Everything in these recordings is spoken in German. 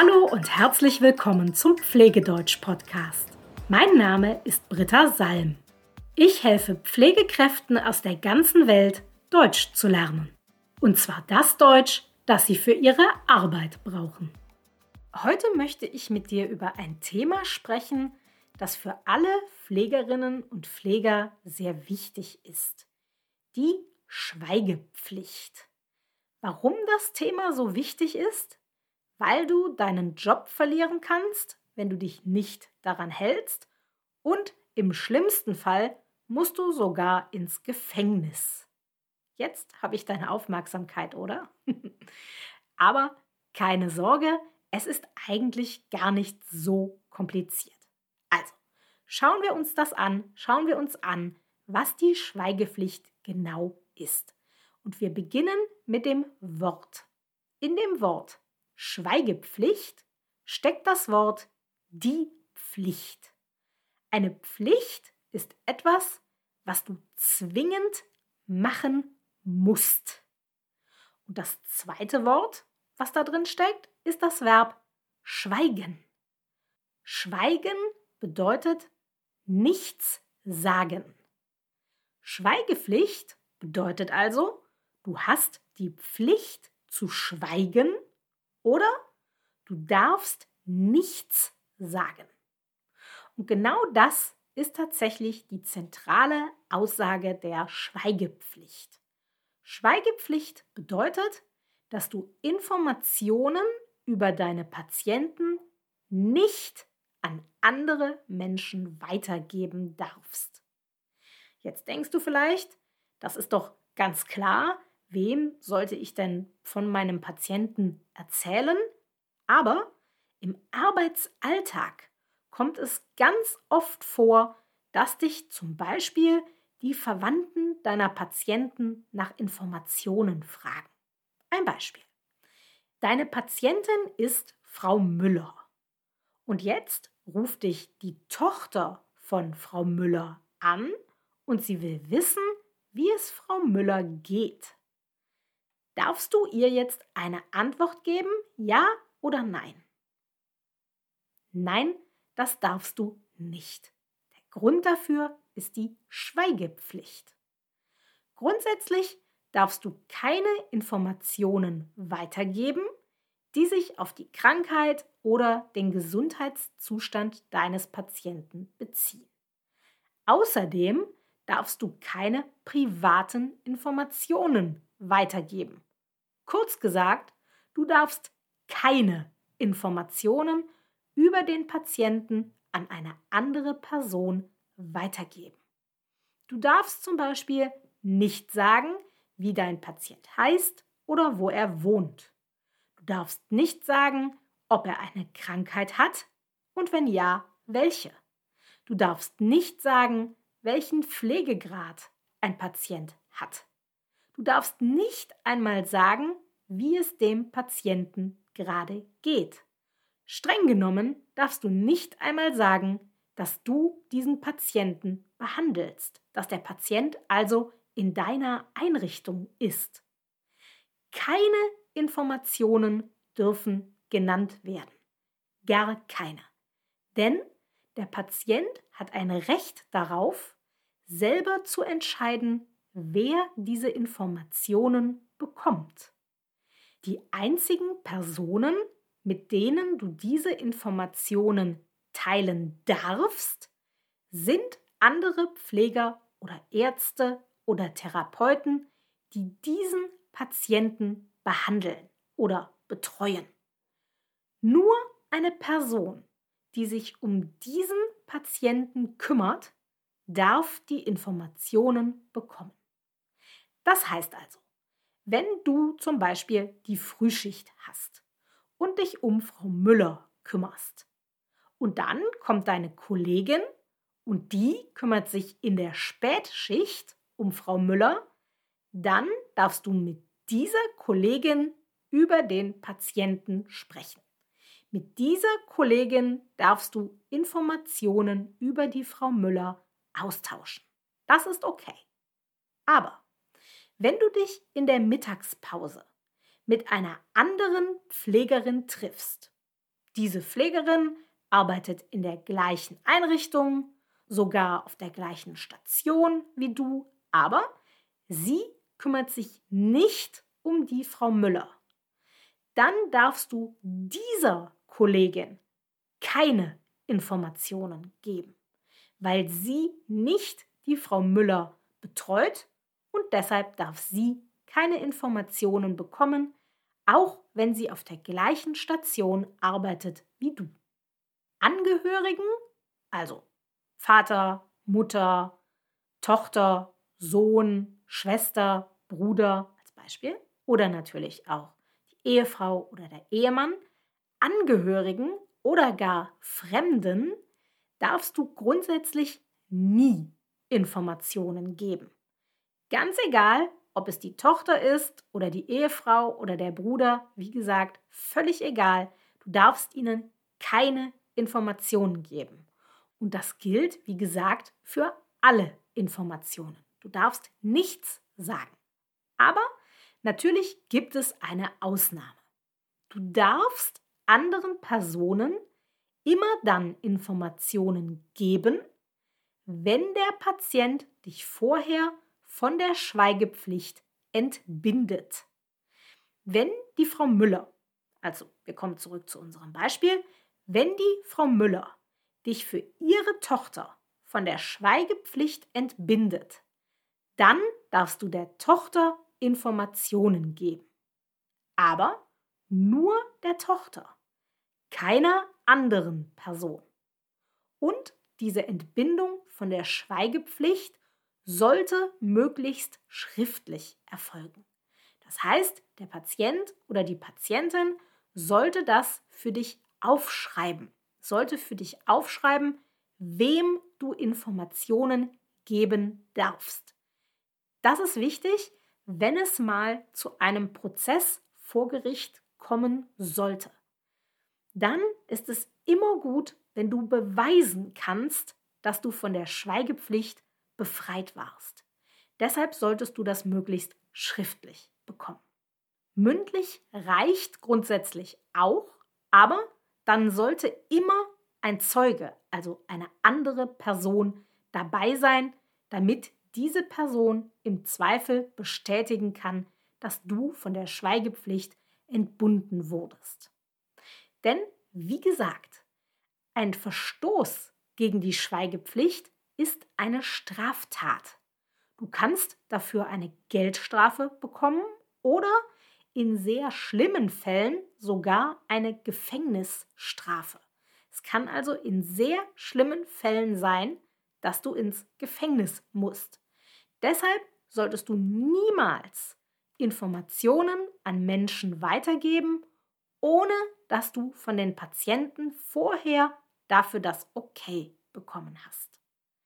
Hallo und herzlich willkommen zum Pflegedeutsch-Podcast. Mein Name ist Britta Salm. Ich helfe Pflegekräften aus der ganzen Welt, Deutsch zu lernen. Und zwar das Deutsch, das sie für ihre Arbeit brauchen. Heute möchte ich mit dir über ein Thema sprechen, das für alle Pflegerinnen und Pfleger sehr wichtig ist. Die Schweigepflicht. Warum das Thema so wichtig ist? Weil du deinen Job verlieren kannst, wenn du dich nicht daran hältst, und im schlimmsten Fall musst du sogar ins Gefängnis. Jetzt habe ich deine Aufmerksamkeit, oder? Aber keine Sorge, es ist eigentlich gar nicht so kompliziert. Also, schauen wir uns an, was die Schweigepflicht genau ist. Und wir beginnen mit dem Wort. In dem Wort Schweigepflicht steckt das Wort die Pflicht. Eine Pflicht ist etwas, was du zwingend machen musst. Und das zweite Wort, was da drin steckt, ist das Verb schweigen. Schweigen bedeutet nichts sagen. Schweigepflicht bedeutet also, du hast die Pflicht zu schweigen oder du darfst nichts sagen. Und genau das ist tatsächlich die zentrale Aussage der Schweigepflicht. Schweigepflicht bedeutet, dass du Informationen über deine Patienten nicht an andere Menschen weitergeben darfst. Jetzt denkst du vielleicht, das ist doch ganz klar, wem sollte ich denn von meinem Patienten erzählen? Aber im Arbeitsalltag kommt es ganz oft vor, dass dich zum Beispiel die Verwandten deiner Patienten nach Informationen fragen. Ein Beispiel. Deine Patientin ist Frau Müller. Und jetzt ruft dich die Tochter von Frau Müller an und sie will wissen, wie es Frau Müller geht. Darfst du ihr jetzt eine Antwort geben, ja oder nein? Nein, das darfst du nicht. Der Grund dafür ist die Schweigepflicht. Grundsätzlich darfst du keine Informationen weitergeben, die sich auf die Krankheit oder den Gesundheitszustand deines Patienten beziehen. Außerdem darfst du keine privaten Informationen weitergeben. Kurz gesagt, du darfst keine Informationen über den Patienten an eine andere Person weitergeben. Du darfst zum Beispiel nicht sagen, wie dein Patient heißt oder wo er wohnt. Du darfst nicht sagen, ob er eine Krankheit hat und wenn ja, welche. Du darfst nicht sagen, welchen Pflegegrad ein Patient hat. Du darfst nicht einmal sagen, wie es dem Patienten gerade geht. Streng genommen darfst du nicht einmal sagen, dass du diesen Patienten behandelst, dass der Patient also in deiner Einrichtung ist. Keine Informationen dürfen genannt werden. Gar keine. Denn der Patient hat ein Recht darauf, selber zu entscheiden, wer diese Informationen bekommt. Die einzigen Personen, mit denen du diese Informationen teilen darfst, sind andere Pfleger oder Ärzte oder Therapeuten, die diesen Patienten behandeln oder betreuen. Nur eine Person, die sich um diesen Patienten kümmert, darf die Informationen bekommen. Das heißt also, wenn du zum Beispiel die Frühschicht hast und dich um Frau Müller kümmerst und dann kommt deine Kollegin und die kümmert sich in der Spätschicht um Frau Müller, dann darfst du mit dieser Kollegin über den Patienten sprechen. Mit dieser Kollegin darfst du Informationen über die Frau Müller austauschen. Das ist okay. Aber wenn du dich in der Mittagspause mit einer anderen Pflegerin triffst Diese Pflegerin arbeitet in der gleichen Einrichtung, sogar auf der gleichen Station wie du, aber sie kümmert sich nicht um die Frau Müller. Dann darfst du dieser Kollegin keine Informationen geben, weil sie nicht die Frau Müller betreut und deshalb darf sie keine Informationen bekommen, auch wenn sie auf der gleichen Station arbeitet wie du. Angehörigen, also Vater, Mutter, Tochter, Sohn, Schwester, Bruder als Beispiel oder natürlich auch die Ehefrau oder der Ehemann, Angehörigen oder gar Fremden darfst du grundsätzlich nie Informationen geben. Ganz egal, ob es die Tochter ist oder die Ehefrau oder der Bruder, wie gesagt, völlig egal. Du darfst ihnen keine Informationen geben. Und das gilt, wie gesagt, für alle Informationen. Du darfst nichts sagen. Aber natürlich gibt es eine Ausnahme. Du darfst anderen Personen immer dann Informationen geben, wenn der Patient dich vorher von der Schweigepflicht entbindet. Wenn die Frau Müller, also wir kommen zurück zu unserem Beispiel, wenn die Frau Müller dich für ihre Tochter von der Schweigepflicht entbindet, dann darfst du der Tochter Informationen geben. Aber nur der Tochter, keiner anderen Person. Und diese Entbindung von der Schweigepflicht sollte möglichst schriftlich erfolgen. Das heißt, der Patient oder die Patientin sollte das für dich aufschreiben, wem du Informationen geben darfst. Das ist wichtig, wenn es mal zu einem Prozess vor Gericht kommen sollte. Dann ist es immer gut, wenn du beweisen kannst, dass du von der Schweigepflicht befreit warst. Deshalb solltest du das möglichst schriftlich bekommen. Mündlich reicht grundsätzlich auch, aber dann sollte immer ein Zeuge, also eine andere Person, dabei sein, damit diese Person im Zweifel bestätigen kann, dass du von der Schweigepflicht entbunden wurdest. Denn, wie gesagt, ein Verstoß gegen die Schweigepflicht ist eine Straftat. Du kannst dafür eine Geldstrafe bekommen oder in sehr schlimmen Fällen sogar eine Gefängnisstrafe. Es kann also in sehr schlimmen Fällen sein, dass du ins Gefängnis musst. Deshalb solltest du niemals Informationen an Menschen weitergeben, ohne dass du von den Patienten vorher dafür das Okay bekommen hast.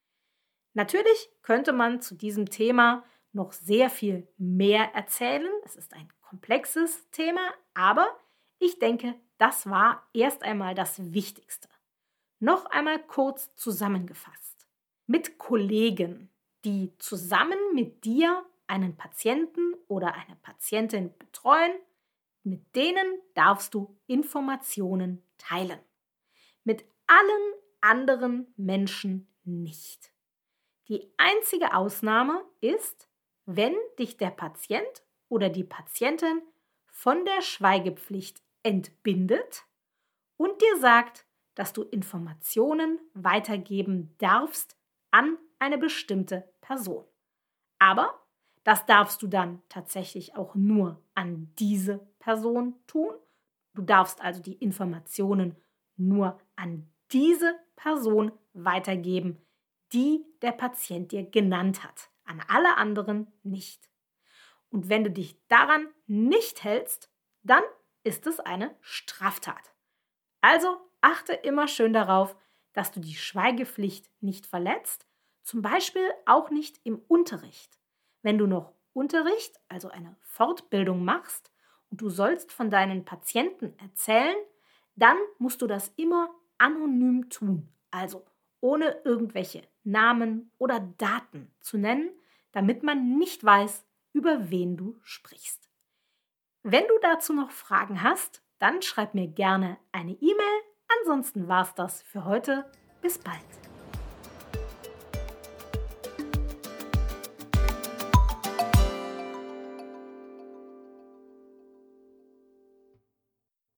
Natürlich könnte man zu diesem Thema noch sehr viel mehr erzählen. Es ist ein komplexes Thema, aber ich denke, das war erst einmal das Wichtigste. Noch einmal kurz zusammengefasst. Mit Kollegen, die zusammen mit dir einen Patienten oder eine Patientin betreuen, mit denen darfst du Informationen teilen. Mit allen anderen Menschen nicht. Die einzige Ausnahme ist, wenn dich der Patient oder die Patientin von der Schweigepflicht entbindet und dir sagt, dass du Informationen weitergeben darfst an eine bestimmte Person. Aber das darfst du dann tatsächlich auch nur an diese Person tun. Du darfst also die Informationen nur an diese Person weitergeben, die der Patient dir genannt hat. An alle anderen nicht. Und wenn du dich daran nicht hältst, dann ist es eine Straftat. Also achte immer schön darauf, dass du die Schweigepflicht nicht verletzt, zum Beispiel auch nicht im Unterricht. Wenn du noch Unterricht, also eine Fortbildung machst und du sollst von deinen Patienten erzählen, dann musst du das immer anonym tun, also ohne irgendwelche Namen oder Daten zu nennen, damit man nicht weiß, über wen du sprichst. Wenn du dazu noch Fragen hast, dann schreib mir gerne eine E-Mail. Ansonsten war's das für heute. Bis bald.